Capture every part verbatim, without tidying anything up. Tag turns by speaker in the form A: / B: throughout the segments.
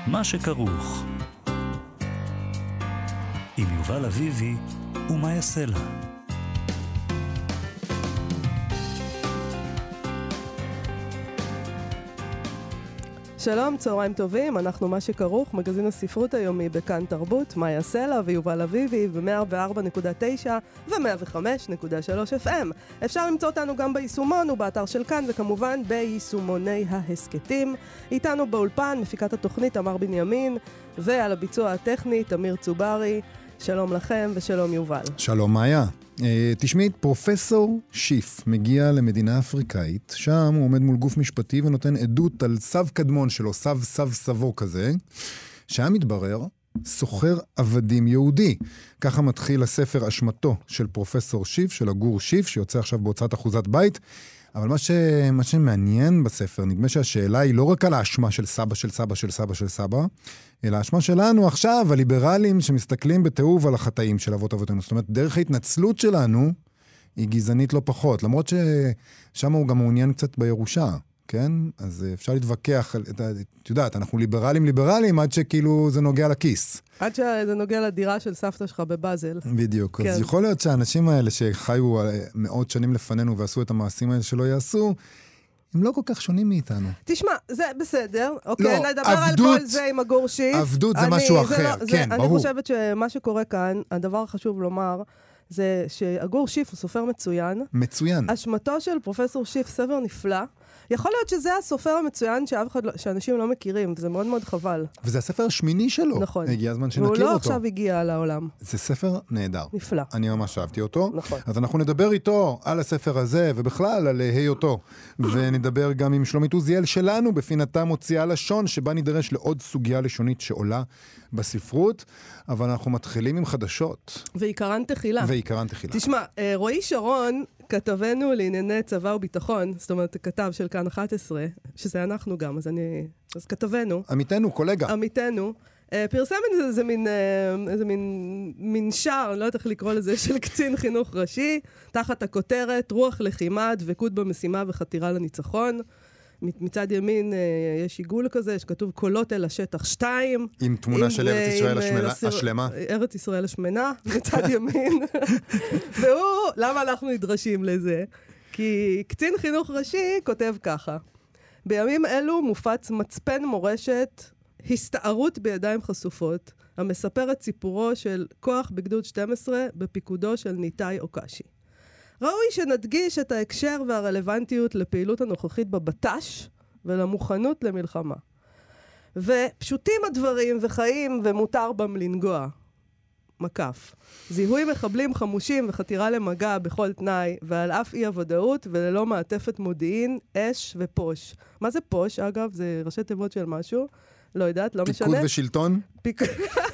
A: מה שכרוך. עם יובל אביבי ומה יעשה לה.
B: שלום, צהריים טובים, אנחנו מה שכרוך, מגזין הספרות היומי בכאן תרבות, מה יעשה לה ויובל אביבי ב-מאה וארבע נקודה תשע ו-מאה וחמש נקודה שלוש אף אם. אפשר למצוא אותנו גם ביישומון ובאתר של כאן, וכמובן ביישומוני ההסקטים. איתנו באולפן, מפיקת התוכנית אמר בנימין, ועל הביצוע הטכני תמיר צוברי. שלום לכם ושלום יובל.
C: שלום מאיה. תשמעי, פרופסור שיף מגיע למדינה אפריקאית, שם הוא עומד מול גוף משפטי ונותן עדות על סב קדמון שלו, סב סב סבו כזה, שם מתברר סוחר עבדים יהודי. ככה מתחיל הספר אשמתו של פרופסור שיף, של הגור שיף, שיוצא עכשיו בהוצאת אחוזת בית. אבל מה, ש... מה שמעניין בספר, נדמה שהשאלה היא לא רק על האשמה של סבא של סבא של סבא של סבא, אלא האשמה שלנו עכשיו, הליברלים שמסתכלים בתיעוב על החטאים של אבות אבותינו. זאת אומרת, דרך ההתנצלות שלנו היא גזענית לא פחות, למרות ששם הוא גם מעוניין קצת בירושה, כן? אז אפשר להתווכח, את יודעת, אנחנו ליברלים ליברלים עד שכאילו זה נוגע לכיס.
B: עד שזה נוגע לדירה של סבתא שלך בבאזל.
C: בדיוק.
B: כן.
C: אז יכול להיות שהאנשים האלה שחיו מאות שנים לפנינו ועשו את המעשים האלה שלא יעשו, הם לא כל כך שונים מאיתנו.
B: תשמע, זה בסדר. אוקיי,
C: לא,
B: נדבר
C: עבדות,
B: על כל זה עם הגור שיף.
C: עבדות זה
B: אני,
C: משהו
B: זה
C: אחר,
B: לא,
C: כן,
B: זה,
C: ברור.
B: אני חושבת שמה שקורה כאן, הדבר החשוב לומר, זה שהגור שיף הוא סופר מצוין.
C: מצוין.
B: אשמתו של פרופסור שיף ספר נפלא. יכול להיות שזה הסופר המצוין שאף אחד לא, שאנשים לא מכירים, וזה מאוד מאוד חבל.
C: וזה הספר השמיני שלו.
B: נכון.
C: הגיע הזמן שנכיר
B: אותו.
C: אותו.
B: והוא לא עכשיו הגיע לעולם.
C: זה ספר נהדר.
B: נפלא.
C: אני ממש אהבתי אותו.
B: נכון.
C: אז אנחנו נדבר איתו על הספר הזה, ובכלל על היותו. ונדבר גם עם שלומית עוזיאל שלנו, בפינתה מוציאה לשון, שבה נדרש לעוד סוגיה לשונית שעולה בספרות. אבל אנחנו מתחילים עם חדשות.
B: ועיקרן תחילה.
C: ועיקרן תחילה.
B: תשמע, רועי שרון, כתבנו לענייני צבא וביטחון, זאת אומרת, כתב של כאן אחת עשרה, שזה אנחנו גם, אז אני... אז כתבנו.
C: עמיתנו, קולגה.
B: עמיתנו. פרסם איזה מין, איזה מין מנשר, אני לא יודעת איך לקרוא לזה, של קצין חינוך ראשי, תחת הכותרת, רוח לחימה, דבקות במשימה וחתירה לניצחון. מצד ימין יש עיגול כזה, שכתוב קולות אל השטח שתיים.
C: עם תמונה של ארץ ישראל השלמה.
B: ארץ ישראל השמנה, מצד ימין. והוא, למה אנחנו נדרשים לזה? כי קצין חינוך ראשי כותב ככה: בימים אלו מופץ מצפן מורשת, הסתערות בידיים חשופות, המספר את סיפורו של כוח בגדוד שתים עשרה בפיקודו של ניתאי אוקשי. ראוי שנדגיש את ההקשר והרלוונטיות לפעילות הנוכחית בבט"ש ולמוכנות למלחמה. ופשוטים הדברים וחיים ומותר בם לנגוע. מקף. זיהוי מחבלים חמושים וחתירה למגע בכל תנאי, ועל אף אי הוודאות וללא מעטפת מודיעין, אש ופוש. מה זה פוש? אגב, זה ראשי תיבות של משהו. לא יודעת, לא משנה.
C: פיקוד ושלטון?
B: פיקוד...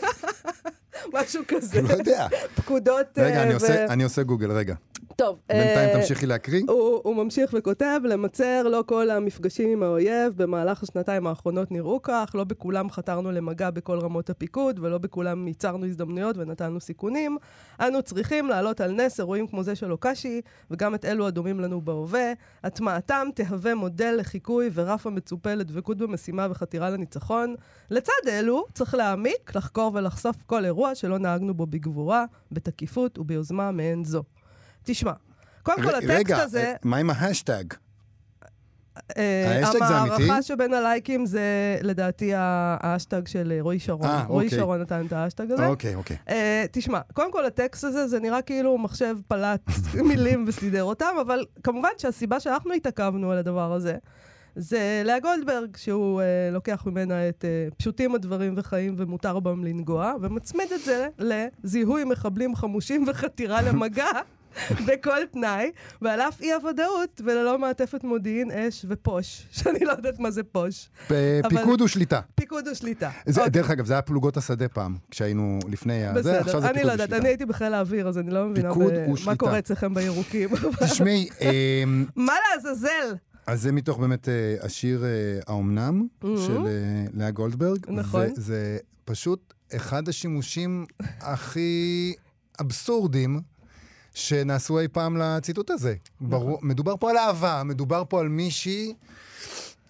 B: משהו כזה.
C: לא יודע.
B: פקודות...
C: רגע, אני עושה, אני עושה גוגל, רגע.
B: טוב.
C: בינתיים תמשיכי להקריא.
B: הוא, הוא ממשיך וכותב, למצר, לא כל המפגשים עם האויב במהלך השנתיים האחרונות נראו כך, לא בכולם חתרנו למגע בכל רמות הפיקוד, ולא בכולם ייצרנו הזדמנויות ונתנו סיכונים. אנו צריכים לעלות על נס אירועים כמו זה של אוקשי, וגם את אלו הדומים לנו בהווה. הטמעתם תהווה מודל לחיקוי ורף המצופה לדבקות במשימה וחתירה לניצחון. לצד אלו צריך להעמיק, לחקור ולחשוף כל אירוע שלא נהגנו בו בגבורה, בתקיפות וביוזמה מעין זו. תשמע, קודם כל הטקסט הזה...
C: רגע, מה עם ההשטג? ההשטג זה אמיתי?
B: המערכה שבין הלייקים זה לדעתי ההשטג של רועי שרון. רועי שרון נתן את ההשטג הזה.
C: אוקיי, אוקיי.
B: תשמע, קודם כל הטקסט הזה זה נראה כאילו מחשב פלט מילים וסידר אותם, אבל כמובן שהסיבה שאנחנו התעכבנו על הדבר הזה, זה לאה גולדברג, שהוא uh, לוקח ממנה את uh, פשוטים הדברים וחיים ומותר בם לנגוע, ומצמיד את זה לזיהוי מחבלים חמושים וחתירה למגע בכל תנאי, ועל אף אי הוודאות וללא מעטפת מודיעין, אש ופוש, שאני לא יודעת מה זה פוש.
C: פיקוד ושליטה.
B: פיקוד ושליטה.
C: דרך אגב, זה היה פלוגות השדה פעם, כשהיינו לפני זה, עכשיו זה פיקוד ושליטה.
B: אני לא יודעת, אני הייתי בחיל האוויר, אז אני לא מבינה מה קורה אצלכם בירוקים.
C: תשמעי,
B: מה לעזאזל?
C: אז זה מתוך באמת השיר האומנם של לאה גולדברג.
B: נכון.
C: וזה פשוט אחד השימושים הכי אבסורדים שנעשו אי פעם לציטוט הזה. ברור, מדובר פה על אהבה, מדובר פה על מישהי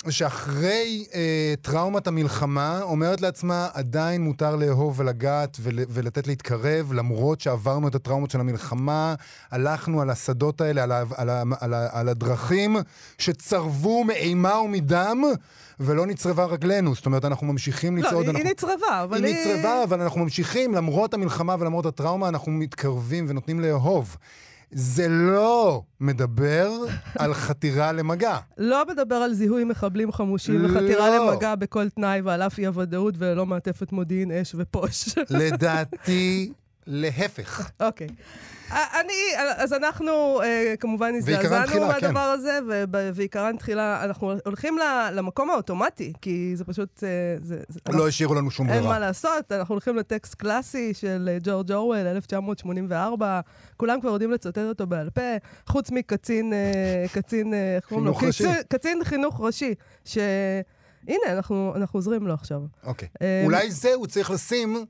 C: שאחרי אה, טראומת המלחמה, אומרת לעצמה, עדיין מותר לאהוב ולגעת ול, ולתת להתקרב, למרות שעברנו את הטראומות של המלחמה, הלכנו על השדות האלה, על, ה, על, ה, על, ה, על הדרכים שצרבו מאימה ומדם, ולא נצרבה רגלנו. זאת אומרת, אנחנו ממשיכים לצעוד.
B: לא,
C: אנחנו...
B: היא נצרבה, אבל
C: היא...
B: היא...
C: היא נצרבה, אבל אנחנו ממשיכים, למרות המלחמה ולמרות הטראומה, אנחנו מתקרבים ונותנים לאהוב. זה לא מדבר על חתירה למגע.
B: לא מדבר על זיהוי מחבלים חמושים וחתירה למגע בכל תנאי ועל אף אי הוודאות ולא מעטפת מודיעין אש ופוש.
C: לדעתי, להפך.
B: אוקיי. אני, אז אנחנו כמובן הזדעזענו מהדבר הזה, ובעיקרן תחילה אנחנו הולכים למקום האוטומטי, כי זה פשוט...
C: לא השאירו לנו שום ברירה.
B: אין מה לעשות, אנחנו הולכים לטקסט קלאסי של ג'ורג' אורוול, אלף תשע מאות שמונים וארבע, כולם כבר יודעים לצטט אותו בעל פה, חוץ מקצין, קצין,
C: חינוך ראשי.
B: קצין חינוך ראשי, ש... הנה, אנחנו עוזרים לו עכשיו.
C: אוקיי. אולי זה הוא צריך לשים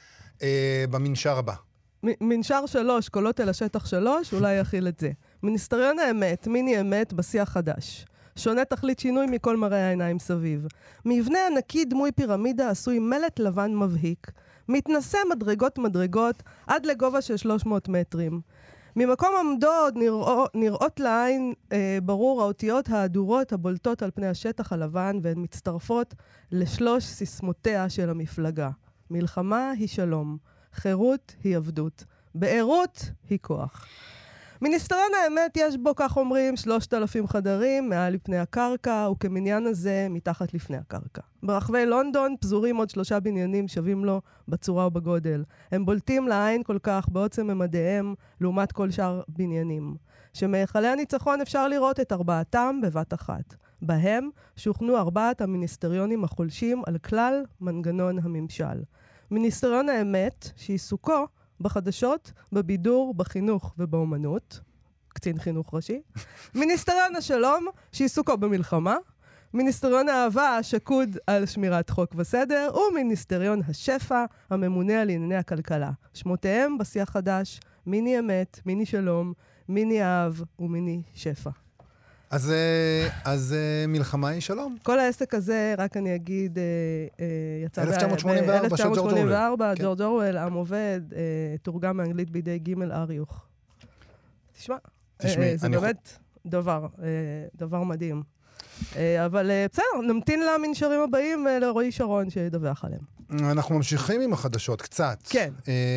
C: במנשר הבא.
B: מנשר שלוש, קולות אל השטח שלוש, אולי יכיל את זה. מיניסטריון האמת, מיני אמת, בשיח חדש. שונה תכלית שינוי מכל מראה העיניים סביב. מבנה ענקי דמוי פירמידה עשוי מלט לבן מבהיק. מתנסה מדרגות מדרגות עד לגובה של שלוש מאות מטרים. ממקום עמדות נראות, נראות לעין אה, ברור האותיות האדורות הבולטות על פני השטח הלבן, והן מצטרפות לשלוש סיסמותיה של המפלגה. מלחמה היא שלום. חירות היא עבדות. בעירות היא כוח. מיניסטריון האמת יש בו, כך אומרים, שלושת אלפים חדרים מעל לפני הקרקע, וכמניין הזה מתחת לפני הקרקע. ברחבי לונדון פזורים עוד שלושה בניינים שווים לו בצורה ובגודל. הם בולטים לעין כל כך בעוצם ממדיהם לעומת כל שאר בניינים. שמהיכלי הניצחון אפשר לראות את ארבעתם בבת אחת. בהם שוכנו ארבעת המיניסטריונים החולשים על כלל מנגנון הממשל. מיניסטריון האמת, שעיסוקו בחדשות, בבידור, בחינוך ובאומנות, קצין חינוך ראשי. מיניסטריון השלום, שעיסוקו במלחמה. מיניסטריון האהבה, שקוד על שמירת חוק וסדר. ומיניסטריון השפע, הממונה על ענייני הכלכלה. שמותיהם בשיח חדש, מיני אמת, מיני שלום, מיני אהב ומיני שפע.
C: אז, אז מלחמה היא שלום.
B: כל העסק הזה, רק אני אגיד, יצא
C: אלף תשע מאות שמונים וארבע של ג'ורג' אורוול.
B: אלף תשע מאות שמונים וארבע, ג'ורג' אורוול, עם עובד, תורגם מאנגלית בידי גימל אריוך. תשמע, זה באמת דבר, דבר מדהים. אבל בסדר, נמתין למנשרים הבאים לרועי שרון שידווח עליהם.
C: אנחנו ממשיכים עם החדשות קצת.
B: כן.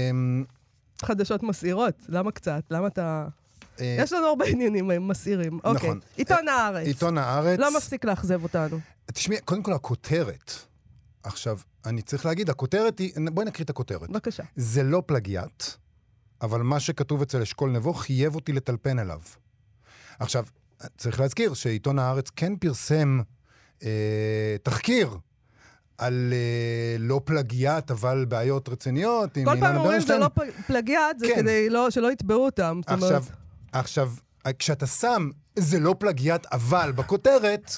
B: חדשות מסעירות, למה קצת? למה אתה... יש לנו הרבה עניינים מסעירים. אוקיי. עיתון הארץ.
C: עיתון הארץ.
B: לא מפסיק לאכזב אותנו.
C: תשמעי, קודם כל הכותרת. עכשיו, אני צריך להגיד, הכותרת היא... בואי נקריא את הכותרת.
B: בבקשה.
C: זה לא פלגיאט, אבל מה שכתוב אצל אשכול נבו חייב אותי לטלפן אליו. עכשיו, צריך להזכיר שעיתון הארץ כן פרסם אה, תחקיר על אה, לא פלגיאט, אבל בעיות רציניות.
B: כל פעם אומרים זה לא פלגיאט, זה כן. כדי לא, שלא יתבעו אותם.
C: עכשיו, אומרת... עכשיו, כשאתה שם זה לא פלגיאט, אבל בכותרת,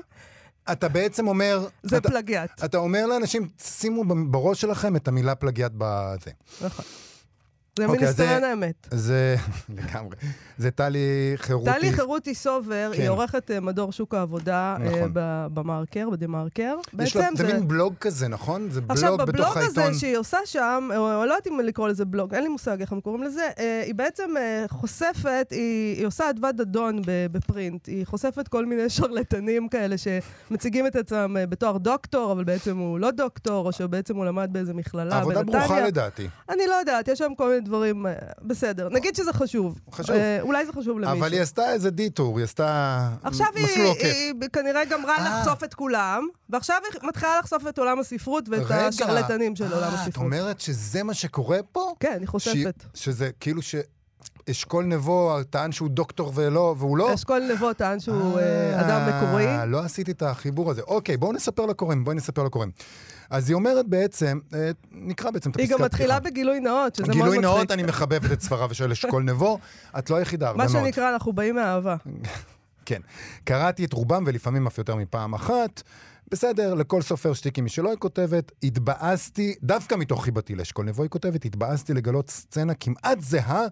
C: אתה בעצם אומר...
B: זה
C: אתה,
B: פלגיאט.
C: אתה אומר לאנשים, שימו בראש שלכם את המילה פלגיאט בזה.
B: נכון. זה מיניסטריון האמת.
C: זה, לגמרי. זה טלי חירותי.
B: טלי חירותי סובר, היא עורכת מדור שוק העבודה במרקר, בדה-מרקר.
C: זה מין בלוג כזה, נכון? זה בלוג בתוך העיתון.
B: עכשיו, בבלוג הזה שהיא עושה שם, או לא יודעת אם לקרוא לזה בלוג, אין לי מושג איך הם קוראים לזה, היא בעצם חושפת, היא עושה אדוות דדון בפרינט, היא חושפת כל מיני שרלטנים כאלה שמציגים את עצמם בתואר דוקטור, אבל בעצם הוא לא דוקטור, או שבעצם הוא למד באיזה מכללה.
C: עבודה ברוכה לדעתי.
B: אני לא יודעת, יש שם כל מיני דברים, בסדר. נגיד שזה חשוב.
C: חשוב.
B: אולי זה חשוב למישהו.
C: אבל היא עשתה איזה דיטור, היא עשתה
B: עכשיו
C: מסלול עוקף.
B: היא כנראה גמרה לחשוף את כולם, ועכשיו היא מתחילה לחשוף את עולם הספרות ואת השרלטנים של עולם הספרות.
C: את אומרת שזה מה שקורה פה?
B: כן, היא חושפת.
C: שזה כאילו ש... אשכול נבו טען שהוא דוקטור ולא, והוא לא?
B: אשכול נבו טען שהוא אדם מקורי.
C: לא עשיתי את החיבור הזה. אוקיי, בואו נספר לקוראים, בואו נספר לקוראים. אז היא אומרת בעצם, נקרא בעצם את הפסקת.
B: היא גם מתחילה בגילוי נאות, שזה מאוד מצחיק.
C: גילוי נאות, אני מחבבת את ספריו של אשכול נבו. את לא היחידה, הרבה מאוד.
B: מה שנקרא, אנחנו באים מאהבה.
C: כן. קראתי את רובם ולפעמים אף יותר מפעם אחת. בסדר, לכל סופר שתיקי משלו היא כותבת, התבאסתי, דווקא מתוך חיבתי לאשכול נבו היא כותבת, התבאסתי לגלות סצנה כמעט זהה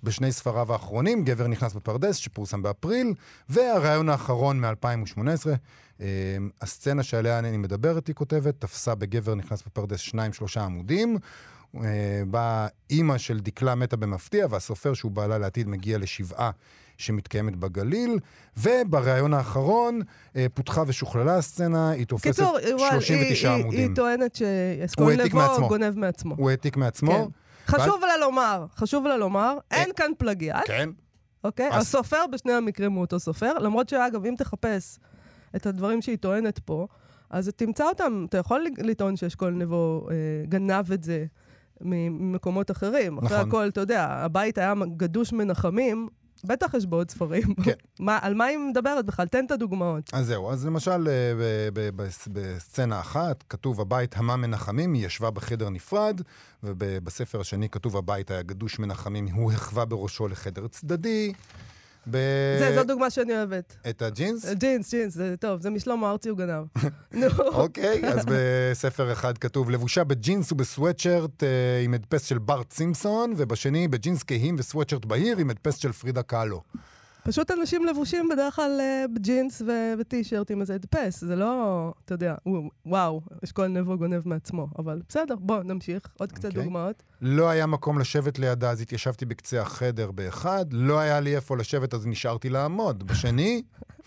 C: בשני ספריו האחרונים, גבר נכנס בפרדס, שפורסם באפריל, והרעיון האחרון מ-אלפיים ושמונה עשרה, הסצנה שעליה אני מדברת, היא כותבת, תפסה בגבר נכנס בפרדס שניים שלושה עמודים, באה אימא של דקלה מתה במפתיע, והסופר שהוא בעלה לעתיד מגיע לשבעה שמתקיימת בגליל, וברעיון האחרון פותחה ושוכללה הסצנה, היא תופסת שלושים ותשעה
B: היא,
C: עמודים.
B: היא טוענת שאסכול נבו גונב מעצמו.
C: הוא העתיק מעצמו.
B: כן. חשוב לה לומר, חשוב לה לומר, אין כאן פלגיאט.
C: כן.
B: אוקיי? אז... הסופר בשני המקרים הוא אותו סופר, למרות שאגב, אם תחפש את הדברים שהיא טוענת פה, אז תמצא אותם, אתה יכול לטעון שאסכול נבו אה, גנב את זה ממקומות אחרים. נכון. אחרי הכל, אתה יודע, הבית היה גדוש מנחמים, בטח יש בו עוד ספרים. כן. מה, על מה היא מדברת בכלל? תן את הדוגמאות.
C: אז זהו, אז למשל, בסצנה אחת, כתוב הבית המה מנחמים, היא ישבה בחדר נפרד, ובספר השני כתוב הבית היה גדוש מנחמים, הוא החווה בראשו לחדר צדדי. ב...
B: זה, זו דוגמה שאני אוהבת.
C: את הג'ינס?
B: ג'ינס, ג'ינס, זה טוב, זה משלמה ארצי הוא גנב.
C: אוקיי, אז בספר אחד כתוב, לבושה בג'ינס ובסוואטשרט אה, עם הדפס של בארט סימפסון, ובשני בג'ינס כהים וסוואטשרט בהיר עם הדפס של פרידה קאלו.
B: פשוט אנשים לבושים בדרך כלל uh, בג'ינס וטישרט עם איזה הדפס, זה לא, אתה יודע, וואו, אסכול נבו גונב מעצמו, אבל בסדר, בוא נמשיך, עוד קצת okay. דוגמאות.
C: לא היה מקום לשבת לידה, אז התיישבתי בקצה החדר באחד, לא היה לי איפה לשבת, אז נשארתי לעמוד. בשני,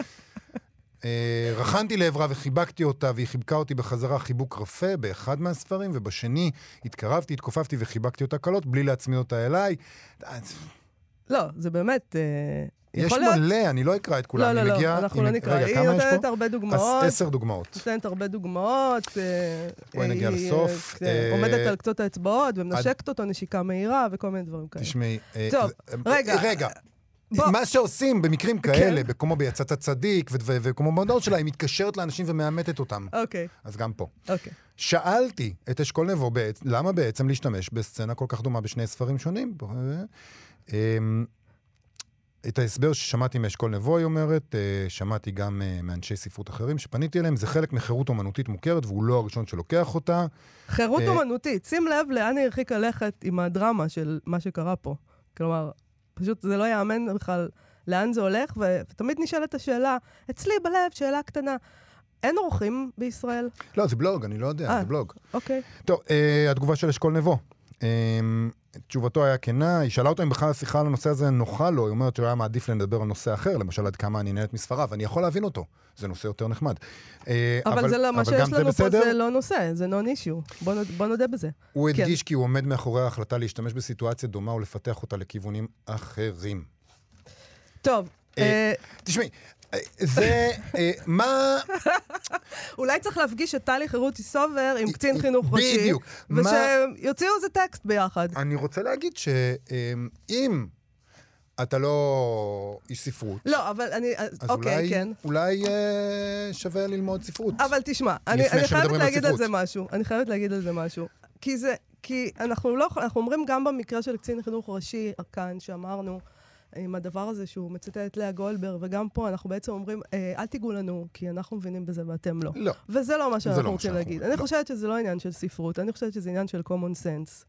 C: אה, רחנתי לעברה וחיבקתי אותה, והיא חיבקה אותי בחזרה חיבוק רפה באחד מהספרים, ובשני התקרבתי, התכופפתי וחיבקתי אותה קלות, בלי להצמיד אותה אליי.
B: לא, זה באמת... אה...
C: יש מלא, אני לא אקרא את כולם.
B: לא, לא, לא, אנחנו לא נקרא. היא נותנת הרבה דוגמאות.
C: אז עשר דוגמאות.
B: נותנת הרבה דוגמאות.
C: בואי נגיע לסוף.
B: עומדת על קצות האצבעות, ומנשקת אותו נשיקה מהירה, וכל מיני דברים כאלה.
C: תשמעי.
B: טוב, רגע.
C: רגע. מה שעושים במקרים כאלה, כמו ביצאת הצדיק, וכמו במדור שלה, היא מתקשרת לאנשים ומאמתת אותם.
B: אוקיי.
C: אז גם פה.
B: אוקיי.
C: שאלתי את אשכול נבו, למה בעצם להשתמש בסצנה כל כך דומה בשני ספרים שונים? את ההסבר ששמעתי מאשכול נבו, היא אומרת, שמעתי גם מאנשי ספרות אחרים שפניתי אליהם, זה חלק מחירות אומנותית מוכרת, והוא לא הראשון שלוקח אותה.
B: חירות אומנותית, שים לב לאן היא הרחיקה ללכת עם הדרמה של מה שקרה פה. כלומר, פשוט זה לא יאמן בכלל לאן זה הולך, ותמיד נשאלת השאלה, אצלי בלב, שאלה קטנה, אין אורחים בישראל?
C: לא, זה בלוג, אני לא יודע, זה בלוג.
B: אוקיי.
C: טוב, התגובה של אשכול נבו. תשובתו היה כנה, היא שאלה אותו אם בכלל השיחה על הנושא הזה נוחה לו, היא אומרת שהוא היה מעדיף לדבר על נושא אחר, למשל עד כמה אני נהנית מספריו, ואני יכול להבין אותו, זה נושא יותר נחמד.
B: אבל זה לא, מה שיש לנו פה זה לא נושא, זה נון אישיו, בוא נודה בזה.
C: הוא הדגיש כי הוא עומד מאחורי ההחלטה להשתמש בסיטואציה דומה ולפתח אותה לכיוונים אחרים.
B: טוב.
C: תשמעי, זה, מה...
B: אולי צריך להפגיש את טלי חירותי סובר עם קצין חינוך ראשי.
C: בדיוק.
B: ושיוציאו איזה טקסט ביחד.
C: אני רוצה להגיד שאם אתה לא איש ספרות...
B: לא, אבל אני... אוקיי, כן.
C: אולי שווה ללמוד ספרות.
B: אבל תשמע, אני חייבת להגיד על זה משהו. אני חייבת להגיד על זה משהו. כי זה... כי אנחנו לא... אנחנו אומרים גם במקרה של קצין חינוך ראשי, כאן, שאמרנו... עם הדבר הזה שהוא מצטט את לאה גולדברג, וגם פה אנחנו בעצם אומרים, אל תיגעו לנו, כי אנחנו מבינים בזה ואתם לא.
C: לא.
B: וזה לא מה שאנחנו רוצים להגיד. אני חושבת שזה לא עניין של ספרות, אני חושבת שזה עניין של common sense.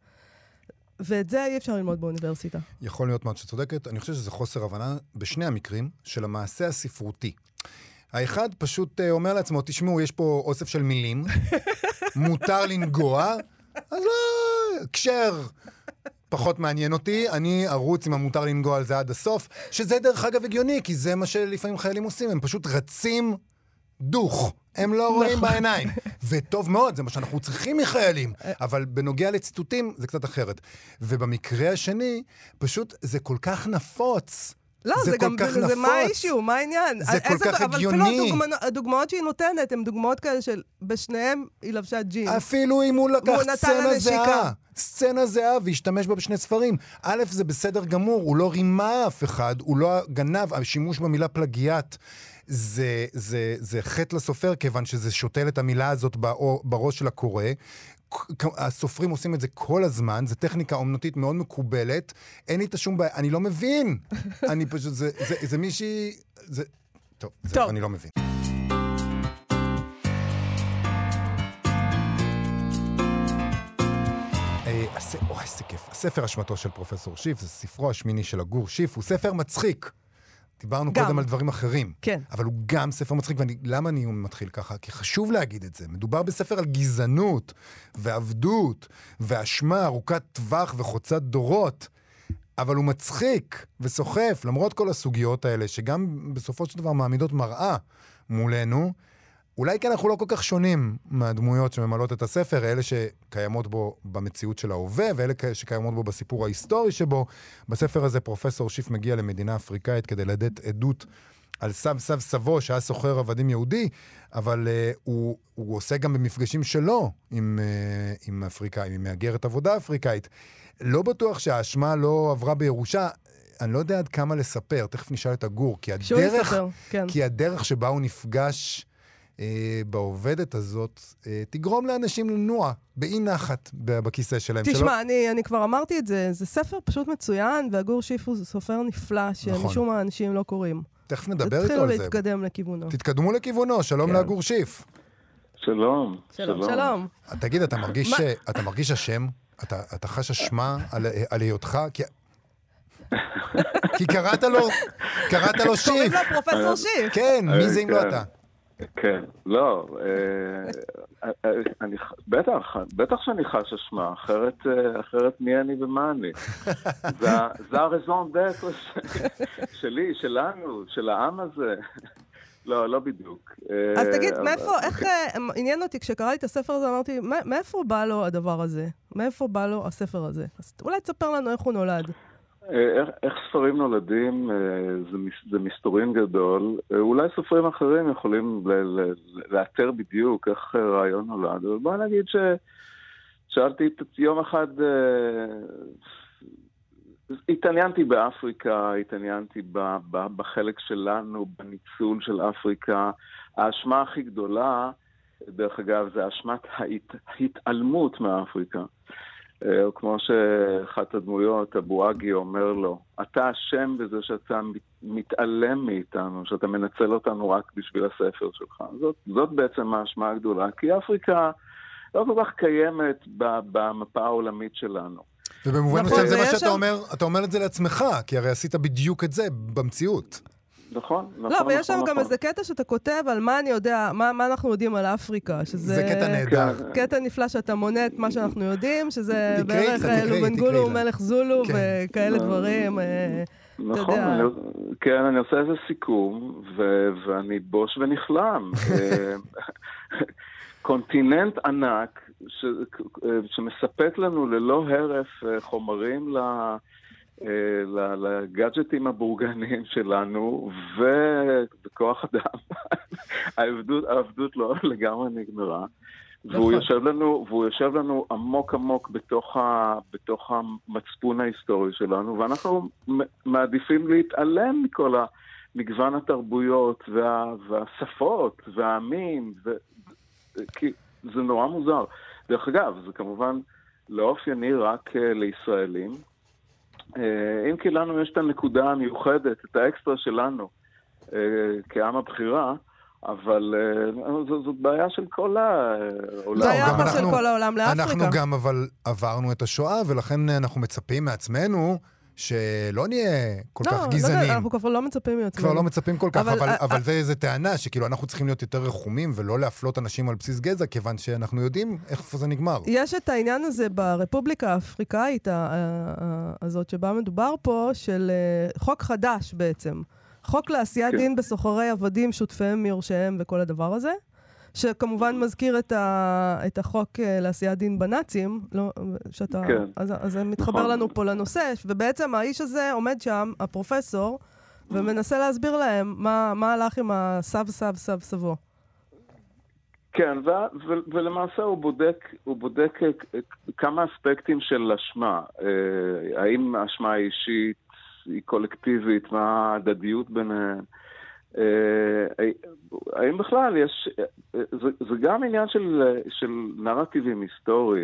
B: ואת זה אי אפשר ללמוד באוניברסיטה.
C: יכול להיות מאוד שצודקת. אני חושבת שזה חוסר הבנה בשני המקרים של המעשה הספרותי. האחד פשוט אומר לעצמו, תשמעו, יש פה אוסף של מילים, מותר לנגוע, אז לא, קשר... פחות מעניין אותי, אני ארוץ עם המותר לנגוע על זה עד הסוף, שזה דרך אגב הגיוני, כי זה מה שלפעמים חיילים עושים, הם פשוט רצים דוך, הם לא רואים בעיניים. וטוב מאוד, זה מה שאנחנו צריכים מחיילים, אבל בנוגע לציטוטים זה קצת אחרת. ובמקרה השני, פשוט זה כל כך נפוץ,
B: לא, זה, זה גם, זה, זה מה האישיו, מה העניין?
C: זה כל כך הגיוני.
B: אבל אפילו הדוגמא, הדוגמאות שהיא נותנת, הן דוגמאות כאלה של, בשניהם היא לבשה ג'ינס.
C: אפילו אם הוא לקח סצנה זהה, סצנה זהה, והשתמש בה בשני ספרים. א', זה בסדר גמור, הוא לא רימה אף אחד, הוא לא גנב, השימוש במילה פלגיאט, זה, זה, זה חטא לסופר, כיוון שזה שותל את המילה הזאת בראש של הקורא. הסופרים עושים את זה כל הזמן, זה טכניקה אומנותית מאוד מקובלת, אין לי את השום בעיה, אני לא מבין. אני פשוט, זה, זה, זה מישהי, זה, טוב, זה, טוב. אני לא מבין. אוי, איזה כיף. הספר אשמתו של פרופסור שיף, זה ספרו השמיני של הגור שיף, הוא ספר מצחיק. דיברנו גם. קודם על דברים אחרים.
B: כן. אבל
C: הוא גם ספר מצחיק, ולמה אני מתחיל ככה? כי חשוב להגיד את זה. מדובר בספר על גזענות, ועבדות, ואשמה ארוכת טווח וחוצת דורות. אבל הוא מצחיק וסוחף, למרות כל הסוגיות האלה, שגם בסופו של דבר מעמידות מראה מולנו, אולי כן אנחנו לא כל כך שונים מהדמויות שממלאות את הספר, אלה שקיימות בו במציאות של ההווה, ואלה שקיימות בו בסיפור ההיסטורי שבו. בספר הזה פרופסור שיף מגיע למדינה אפריקאית כדי לתת עדות על סב סב סבו, שהיה סוחר עבדים יהודי, אבל uh, הוא, הוא עושה גם במפגשים שלו עם, uh, עם אפריקאים, עם מהגרת עבודה אפריקאית. לא בטוח שהאשמה לא עברה בירושה, אני לא יודע עד כמה לספר, תכף נשאל את הגור, כי הדרך,
B: יספר, כן.
C: כי הדרך שבה הוא נפגש אה, בעובדת הזאת, אה, תגרום לאנשים לנוע באי נחת בכיסא שלהם.
B: תשמע,
C: שלא...
B: אני, אני כבר אמרתי את זה, זה ספר פשוט מצוין, והגור שיף הוא סופר נפלא, שמשום מה האנשים לא קוראים.
C: תכף נדבר איתו
B: תתחילו
C: על זה.
B: להתקדם לכיוונו.
C: תתקדמו לכיוונו, שלום
B: כן.
C: לגור שיף.
D: שלום.
B: שלום, שלום.
C: תגיד, אתה מרגיש, ש... אתה מרגיש אשם? אתה, אתה חש אשמה על, על היותך? כי... כי קראת לו, קראת לו שיף.
B: קוראים לו פרופסור שיף.
C: כן, מי זה אם לא אתה?
D: כן, לא, אני, בטח, בטח שאני חש אשמה, אחרת, אחרת מי אני ומה אני. זה הרזון דטר שלי, שלנו, של העם הזה. לא, לא בדיוק.
B: אז תגיד, מאיפה, איך, עניין אותי, כשקראתי את הספר הזה, אמרתי, מאיפה בא לו הדבר הזה? מאיפה בא לו הספר הזה? אז אולי תספר לנו איך הוא נולד.
D: איך, איך ספרים נולדים, זה, זה מסתורין גדול. אולי סופרים אחרים יכולים ל, ל, לאתר בדיוק איך רעיון נולד. אבל בוא נגיד ש... שאלתי את יום אחד... התעניינתי באפריקה, התעניינתי ב, ב, בחלק שלנו, בניצול של אפריקה. האשמה הכי גדולה, דרך אגב, זה אשמת ההת, ההתעלמות מאפריקה. או כמו שאחת הדמויות, אבו-אגי, אומר לו, אתה אשם בזה שאתה מתעלם מאיתנו, שאתה מנצל אותנו רק בשביל הספר שלך. זאת, זאת בעצם האשמה הגדולה, כי אפריקה לא כל כך קיימת במפה העולמית שלנו.
C: ובמובן מסוים זה מה שאתה אומר, אתה אומר את זה לעצמך, כי הרי עשית בדיוק את זה במציאות.
D: נכון, נכון.
B: לא, ויש שם גם איזה קטע שאתה כותב על מה אני יודע, מה אנחנו יודעים על אפריקה, שזה...
C: זה קטע נהדר.
B: קטע נפלא שאתה מונה את מה שאנחנו יודעים, שזה בערך לובנגולו ומלך זולו וכאלה דברים.
D: נכון, כן, אני עושה איזה סיכום, ואני בוש ונכלם. קונטיננט ענק, ש, שמספק לנו ללא הרף חומרים לגאדג'טים הבורגניים שלנו, וכוח אדם. העבדות, העבדות לא לגמרי נגמרה. והוא יושב לנו, והוא יושב לנו עמוק עמוק בתוך ה, בתוך המצפון ההיסטורי שלנו, ואנחנו מעדיפים להתעלם מכל המגוון התרבויות וה, והשפות והעמים, ו, כי זה נורא מוזר. דרך אגב, זה כמובן לא אופייני רק uh, לישראלים. Uh, אם כי לנו יש את הנקודה המיוחדת, את האקסטרה שלנו, uh, כעם הבחירה, אבל uh, ז, זאת בעיה של כל העולם.
B: זה היחס של כל העולם לאפריקה.
C: אנחנו גם אבל עברנו את השואה, ולכן אנחנו מצפים מעצמנו, שלא נהיה כל
B: לא,
C: כך גזענים.
B: לא, אנחנו כבר לא מצפים מעצמנו.
C: כבר לא מצפים כל כך, אבל,
B: אבל,
C: אבל זה איזו טענה שכאילו אנחנו צריכים להיות יותר רחומים ולא להפלות אנשים על בסיס גזע, כיוון שאנחנו יודעים איך זה נגמר.
B: יש את העניין הזה ברפובליקה האפריקאית הזאת שבה מדובר פה, של חוק חדש בעצם. חוק לעשיית דין בסוחרי עבדים, שותפיהם מיורשיהם וכל הדבר הזה. שכמובן מזכיר את, ה, את החוק לעשיית דין בנאצים, לא, שאתה,
D: כן.
B: אז, אז זה מתחבר
D: נכון.
B: לנו פה לנושא, ובעצם האיש הזה עומד שם, הפרופסור, ומנסה להסביר להם מה, מה הלך עם הסב סב סב סבו.
D: כן, ו- ו- ולמעשה הוא בודק, הוא בודק כמה אספקטים של אשמה. אה, האם האשמה היא אישית, היא קולקטיבית, מה ההדדיות ביניהם. האם בכלל יש, זה, זה גם עניין של, של נרטיבים היסטוריים,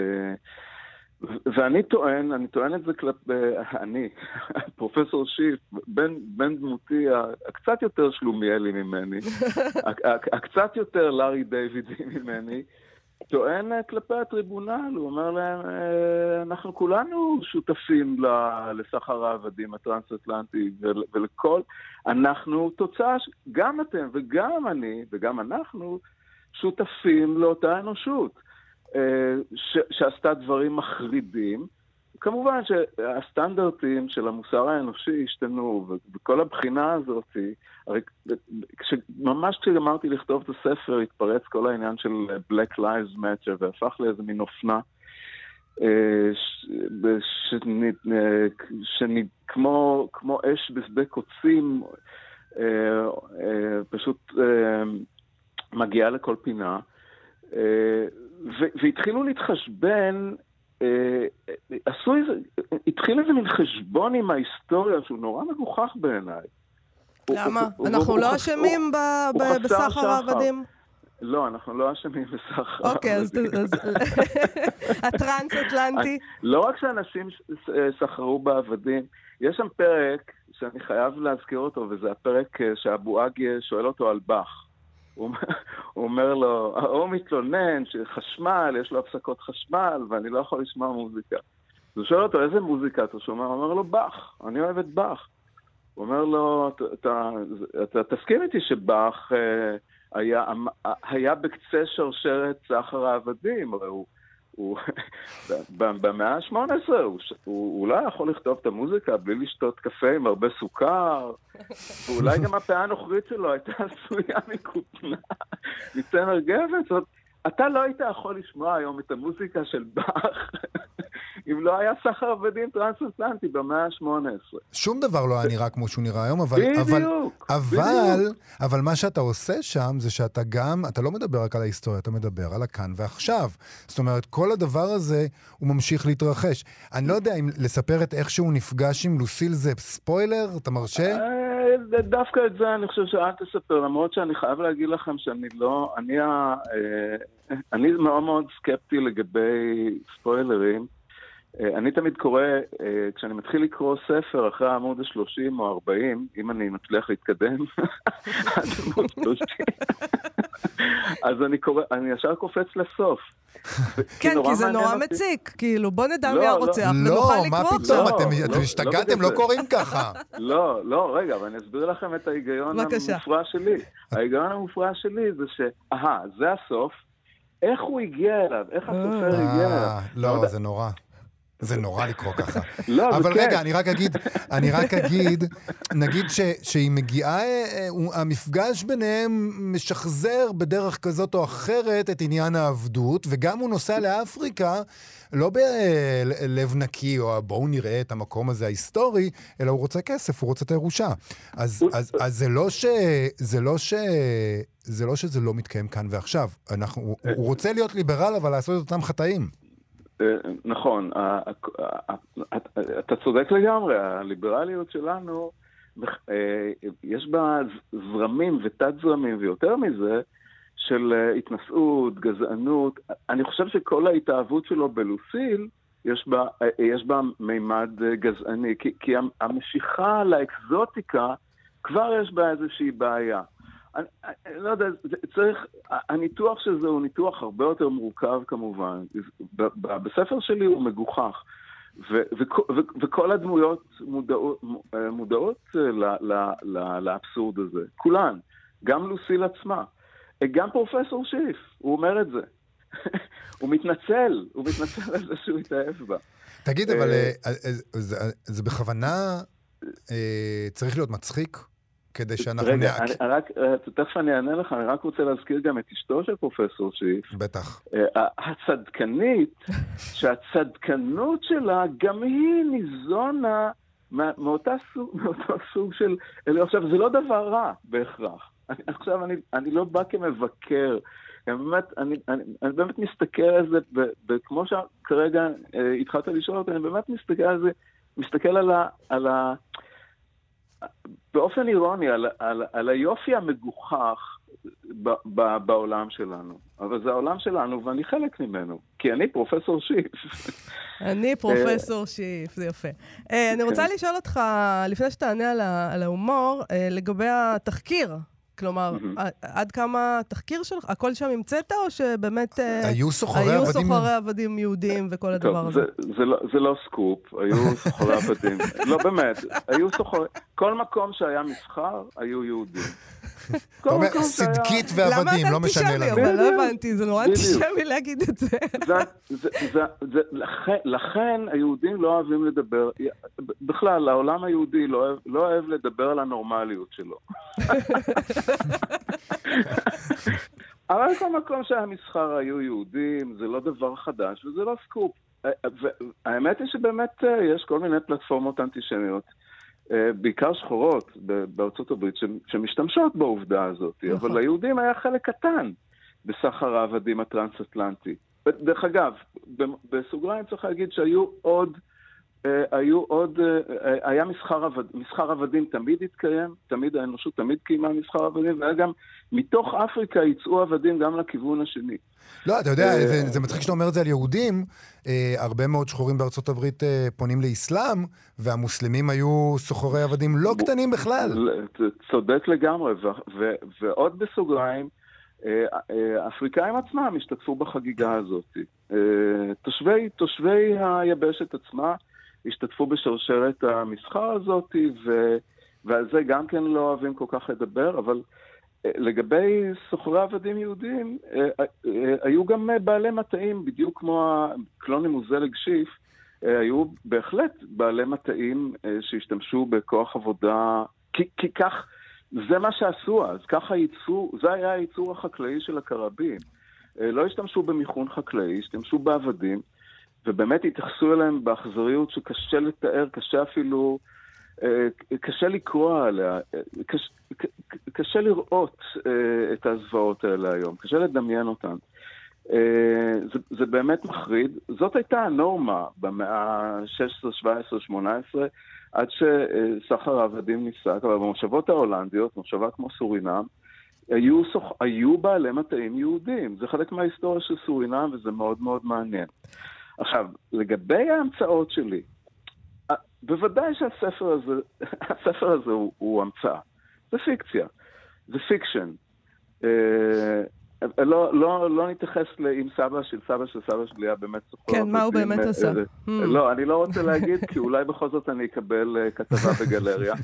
D: ואני טוען, אני טוען את זה כלפ, אני, פרופסור שיף, בן, בן דמותי, הקצת יותר שלומיאלי ממני, הקצת יותר לארי דיווידי ממני, טוען כלפי הטריבונל, הוא אומר להם, אנחנו כולנו שותפים לסחר העבדים הטרנס-אטלנטי ולכל, אנחנו תוצאה, גם אתם וגם אני וגם אנחנו שותפים לאותה אנושות, שעשתה דברים מחרידים. כמובן שהסטנדרטים של המוסר האנושי השתנו, וכל הבחינה הזאת, הרי ממש כשגמרתי לכתוב את הספר, התפרץ כל העניין של Black Lives Matter, והפך לאיזה מין אופנה, כמו אש בשדה קוצים, פשוט מגיעה לכל פינה, והתחילו להתחשבן, עשו איזה, התחיל איזה מין חשבון עם ההיסטוריה שהוא נורא מגוחך בעיניי.
B: למה? אנחנו לא אשמים בסחר העבדים?
D: לא, אנחנו לא אשמים בסחר העבדים.
B: אוקיי, אז הטרנס-אטלנטי.
D: לא רק שאנשים סחרו בעבדים, יש שם פרק שאני חייב להזכיר אותו, וזה הפרק שאבו אגי שואל אותו על באך. הוא אומר לו, הוא מתלונן שחשמל, יש לו הפסקות חשמל, ואני לא יכול לשמוע מוזיקה. הוא שואל אותו, איזה מוזיקה אתה שומע? הוא אומר לו, באך, אני אוהב את באך. הוא אומר לו, אתה תסכים איתי שבאך היה בקצה שרשרת סחר העבדים, הרי הוא, במאה ה-שמונה עשרה הוא לא יכול לכתוב את המוזיקה בלי לשתות קפה עם הרבה סוכר, ואולי גם הפאה הנוכרית שלו הייתה עשויה מכותנה, מצמר גבס. אתה לא היית יכול לשמוע היום את המוזיקה של באך אם לא היה סחר עבדים טרנס-אטלנטי במאה ה-שמונה עשרה.
C: שום דבר לא היה נראה כמו שהוא נראה היום, אבל,
D: בדיוק,
C: אבל,
D: בדיוק.
C: אבל, אבל מה שאתה עושה שם זה שאתה גם, אתה לא מדבר רק על ההיסטוריה, אתה מדבר על הכאן ועכשיו. זאת אומרת, כל הדבר הזה הוא ממשיך להתרחש. אני לא יודע אם לספר את איך שהוא נפגש עם לוסיל זה ספוילר, אתה מרשה?
D: דווקא את זה אני חושב שאל תספר, למרות שאני חייב להגיד לכם שאני לא, אני, אני מאוד מאוד סקפטי לגבי ספוילרים. אני תמיד קורא, כשאני מתחיל לקרוא ספר אחרי העמוד ה-שלושים או ארבעים, אם אני מצליח להתקדם, עד עמוד שלושים, אז אני קורא, אני ישר קופץ לסוף.
B: כן, כי זה נורא מציק, כאילו, בוא נדע מי הרוצח, ונוכל לקרוא אותו.
C: לא, מה פתאום, אתם השתגעתם, לא קוראים ככה.
D: לא, לא, רגע, אבל אני אסביר לכם את ההיגיון המופרע שלי. ההיגיון המופרע שלי זה ש, אהה, זה הסוף, איך הוא הגיע אליו, איך הסופר הגיע אליו.
C: לא, זה נורא. זה נורא לקרוא ככה.
D: לא,
C: אבל רגע, אני רק אגיד, אני רק אגיד, נגיד שהיא מגיעה, המפגש ביניהם משחזר בדרך כזאת או אחרת את עניין העבדות, וגם הוא נוסע לאפריקה, לא בלב נקי, או בואו נראה את המקום הזה ההיסטורי, אלא הוא רוצה כסף, הוא רוצה את הירושה. אז, אז, אז זה לא ש, זה לא ש, זה לא שזה לא מתקיים כאן ועכשיו. אנחנו, הוא רוצה להיות ליברל, אבל לעשות את אותם חטאים.
D: נכון, אתה צודק לגמרי, הליברליות שלנו, יש בה זרמים ותת זרמים, ויותר מזה, של התנסות, גזענות. אני חושב שכל ההתאהבות שלו בלוסיל, יש בה, יש בה מימד גזעני, כי, כי המשיכה לאקזוטיקה, כבר יש בה איזושהי בעיה. אני, אני לא יודע, זה, צריך, הניתוח של זה הוא ניתוח הרבה יותר מורכב כמובן. ב, ב, בספר שלי הוא מגוחך, ו, ו, ו, וכל הדמויות מודעות, מודעות ל, ל, ל, לאבסורד הזה. כולן, גם לוסיל עצמה, גם פרופסור שיף, הוא אומר את זה. הוא מתנצל, הוא מתנצל על זה שהוא התאהב בה.
C: תגיד, אבל זה בכוונה צריך להיות מצחיק? כדי שאנחנו
D: רגע, אני, רק, תכף אני אענה לך, אני רק רוצה להזכיר גם את אשתו של פרופסור שיף.
C: בטח.
D: הצדקנית, שהצדקנות שלה גם היא ניזונה מאותה סוג, מאותו סוג של, עכשיו זה לא דבר רע בהכרח. אני, עכשיו אני, אני לא בא כמבקר, אני באמת, אני, אני, אני באמת מסתכל על זה, ב, ב, כמו שכרגע התחלת לשאול אותי, אני באמת מסתכל על זה, מסתכל על ה... על ה באופן אירוני, על, על, על היופי המגוחך ב, ב, בעולם שלנו. אבל זה העולם שלנו, ואני חלק ממנו. כי אני פרופסור שיף.
B: אני פרופסור שיף, זה יפה. אני רוצה לשאול אותך, לפני שתענה על ההומור, לגבי התחקיר כלומר, עד כמה התחקיר שלך, הכל שם המצאת, או שבאמת
C: היו סוחרי
B: היו
C: עבדים?
B: סוחרי עבדים יהודים וכל הדבר הזה?
D: זה לא סקופ, היו סוחרי עבדים. לא, באמת, היו סוחרי... כל מקום שהיה מסחר, היו יהודים.
C: אתה אומר, סדקית ועבדים, לא משנה לנו.
B: למה אתה אנטישמי? אבל לא הבנתי, זה נורא אנטישמי להגיד את זה.
D: לכן היהודים לא אוהבים לדבר, בכלל, העולם היהודי לא אוהב לדבר על הנורמליות שלו. אבל כל מקום שהמסחר היו יהודים, זה לא דבר חדש, וזה לא סקופ. והאמת היא שבאמת יש כל מיני פלטפורמות אנטישמיות, בעיקר שחורות בארצות הברית, שמשתמשות בעובדה הזאת. אבל ליהודים היה חלק קטן בסחר העבדים הטרנס-אטלנטי. דרך אגב, בסוגריים צריך להגיד שהיו עוד, היו עוד, היה מסחר עבד, מסחר עבדים תמיד התקיים, תמיד האנושות תמיד קיימה מסחר עבדים, והיה גם, מתוך אפריקה יצאו עבדים גם לכיוון השני.
C: לא, אתה יודע, זה, זה מצחיק שאתה אומר את זה על יהודים, אה, הרבה מאוד שחורים בארצות הברית אה, פונים לאסלאם, והמוסלמים היו סוחרי עבדים לא קטנים בכלל.
D: צודק לגמרי, ו- ו- ועוד בסוגריים, אה, אה, האפריקאים עצמם השתתפו בחגיגה הזאת. אה, תושבי, תושבי היבשת עצמה השתתפו בשרשרת המסחר הזאת, ו- ועל זה גם כן לא אוהבים כל כך לדבר, אבל לגבי סוחרי עבדים יהודים, היו גם בעלי מטעים, בדיוק כמו הקלוני מוזלג שיף, היו בהחלט בעלי מטעים שהשתמשו בכוח עבודה, כי, כי כך, זה מה שעשו אז, ככה ייצור, זה היה הייצור החקלאי של הקרבים. לא השתמשו במיכון חקלאי, השתמשו בעבדים, ובאמת התייחסו אליהם באכזריות שקשה לתאר, קשה אפילו... קשה לקרוא עליה, קשה, קשה לראות את הזוועות האלה היום, קשה לדמיין אותן. זה, זה באמת מחריד. זאת הייתה הנורמה במאה ה-שש עשרה, שבע עשרה, שמונה עשרה, עד שסחר העבדים נפסק, אבל במושבות ההולנדיות, מושבה כמו סורינם, היו, סוח, היו בעלי מטעים יהודים. זה חלק מההיסטוריה של סורינם, וזה מאוד מאוד מעניין. עכשיו, לגבי ההמצאות שלי, בוודאי שהספר הזה, הספר הזה הוא, הוא המצאה. זה פיקציה. זה פיקשן. אה, לא, לא, לא נתייחס עם סבא של סבא של סבא שלי היה באמת סוחר.
B: כן, מה הוא באמת עשה?
D: לא, אני לא רוצה להגיד, כי אולי בכל זאת אני אקבל כתבה בגלריה.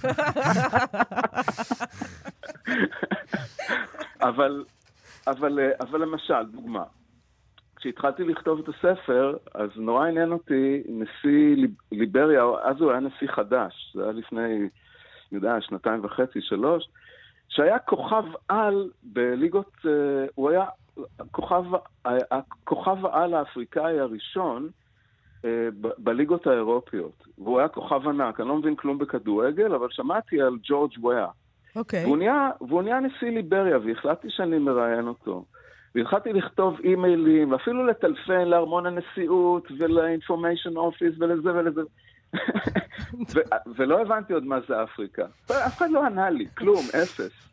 D: אבל, אבל, אבל למשל, דוגמה. כשהתחלתי לכתוב את הספר, אז נורא עניין אותי נשיא ליבריה, אז הוא היה נשיא חדש, זה היה לפני, אני יודע, שנתיים וחצי, שלוש, שהיה כוכב על בליגות, הוא היה כוכב, הכוכב על האפריקאי הראשון בליגות האירופיות, והוא היה כוכב ענק, אני לא מבין כלום בכדורגל, אבל שמעתי על ג'ורג' וויה.
B: אוקיי.
D: והוא נהיה, והוא נהיה נשיא ליבריה, והחלטתי שאני מראיין אותו. והתחלתי לכתוב אימיילים, ואפילו לטלפן לארמון הנשיאות, ולאינפורמיישן אופיס, ולזה ולזה. ו- ולא הבנתי עוד מה זה אפריקה. אף אחד לא ענה לי, כלום, אפס.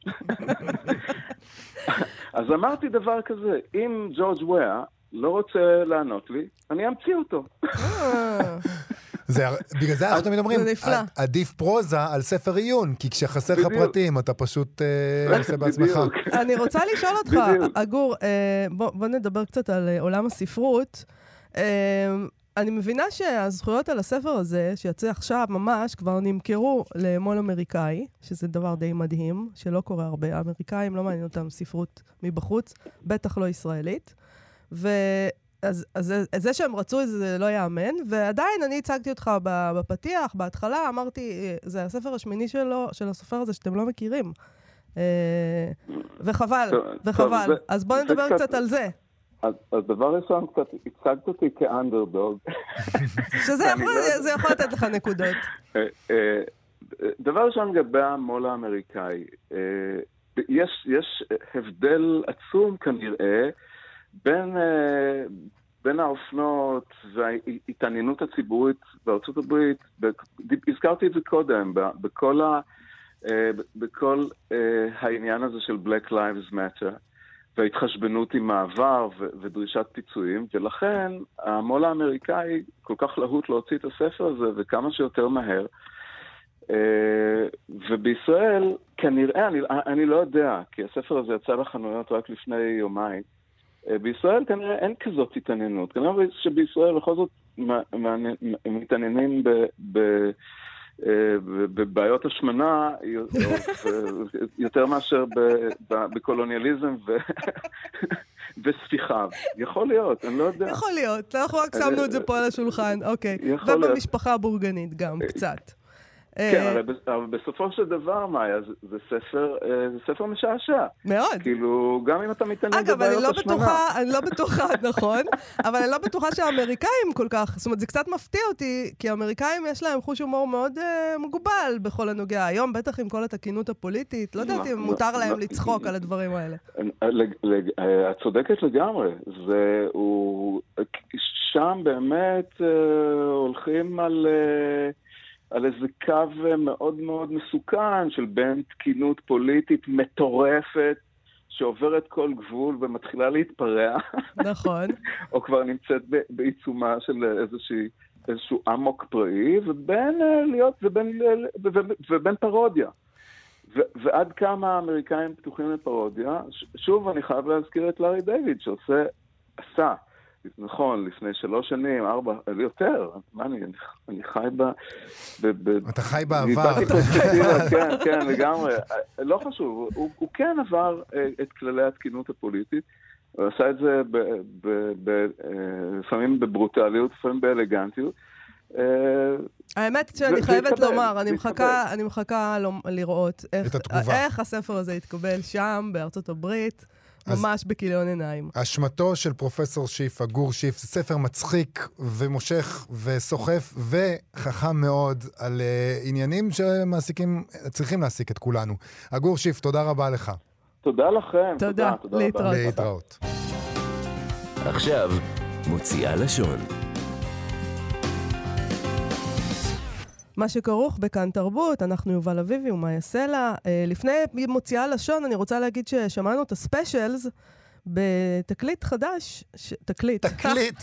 D: אז אמרתי דבר כזה, אם ג'ורג' וויה לא רוצה לענות לי, אני אמציא אותו.
C: זה, בגלל זה אנחנו תמיד אומרים, עדיף פרוזה על ספר עיון, כי כשחסר לך פרטים, אתה פשוט עושה בעצמך.
B: אני רוצה לשאול אותך, אגור, בוא נדבר קצת על עולם הספרות. אני מבינה שהזכויות על הספר הזה, שיצא עכשיו ממש, כבר נמכרו למול אמריקאי, שזה דבר די מדהים, שלא קורה הרבה. האמריקאים לא מעניין אותם ספרות מבחוץ, בטח לא ישראלית. ו... אז, אז, אז זה שהם רצו את זה לא יאמן, ועדיין אני הצגתי אותך בפתיח, בהתחלה, אמרתי, זה הספר השמיני שלו, של הסופר הזה שאתם לא מכירים. וחבל, וחבל. אז בואו נדבר קצת על זה.
D: אז דבר ראשון, קצת הצגת אותי כאנדרדוג.
B: שזה יכול לתת לך נקודות.
D: דבר ראשון לגבי המול האמריקאי, יש הבדל עצום כנראה, בין, בין האופנות וההתעניינות הציבורית בארצות הברית, הזכרתי את זה קודם, בכל, ה, בכל העניין הזה של Black Lives Matter, וההתחשבנות עם מעבר ודרישת פיצויים, ולכן המול האמריקאי כל כך להוט להוציא את הספר הזה, וכמה שיותר מהר. ובישראל, כנראה, אני, אני לא יודע, כי הספר הזה יצא לחנויות רק לפני יומיים. בישראל כנראה אין כזאת התעניינות. כנראה שבישראל בכל זאת מתעניינים ב... ב בבעיות השמנה יותר מאשר בקולוניאליזם וספיחה. יכול להיות, אני לא יודע.
B: יכול להיות, אנחנו רק שמנו את זה פה על השולחן, אוקיי. ובמשפחה הבורגנית גם, קצת.
D: כן, אבל בסופו של דבר, מאיה, זה ספר, זה ספר משעשע.
B: מאוד.
D: כאילו, גם אם אתה מתעניין בבעיות השמנה.
B: אגב, אני לא בטוחה, נכון, אבל אני לא בטוחה שהאמריקאים כל כך, זאת אומרת, זה קצת מפתיע אותי, כי האמריקאים יש להם חוש הומור מאוד מוגבל בכל הנוגע. היום, בטח עם כל התקינות הפוליטית, לא יודעת אם מותר להם לצחוק על הדברים האלה.
D: את צודקת לגמרי. שם באמת הולכים על... על איזה קו מאוד מאוד מסוכן של בין תקינות פוליטית מטורפת שעוברת כל גבול ומתחילה להתפרע.
B: נכון.
D: או כבר נמצאת בעיצומה של איזושהי, איזשהו עמוק פראי, ובין להיות, ובין, ובין פרודיה. ו, ועד כמה האמריקאים פתוחים לפרודיה. שוב, אני חייב להזכיר את לארי דיוויד שעושה, עשה, נכון, לפני שלוש שנים, ארבע, יותר, מה אני, אני חי ב...
C: אתה חי בעבר.
D: כן, כן, לגמרי. לא חשוב, הוא, הוא כן עבר את כללי התקינות הפוליטית, הוא עשה את זה לפעמים בברוטליות, לפעמים באלגנטיות.
B: האמת שאני חייבת לומר, אני מחכה, אני מחכה לראות איך הספר הזה יתקבל שם, בארצות הברית, ממש בכיליון עיניים.
C: אשמתו של פרופסור שיף, הגור שיף, זה ספר מצחיק ומושך וסוחף וחכם מאוד על uh, עניינים שמעסיקים, צריכים להעסיק את כולנו. הגור שיף, תודה רבה לך.
D: תודה לכם.
B: תודה, תודה להתראות.
C: להתראות.
E: עכשיו, מוציאה לשון.
B: מה שכרוך בכאן תרבות, אנחנו יובל אביבי ומאיה סלע. לפני מוציאה לשון, אני רוצה להגיד ששמענו את הספיישלס בתקליט חדש. ש... תקליט.
C: תקליט.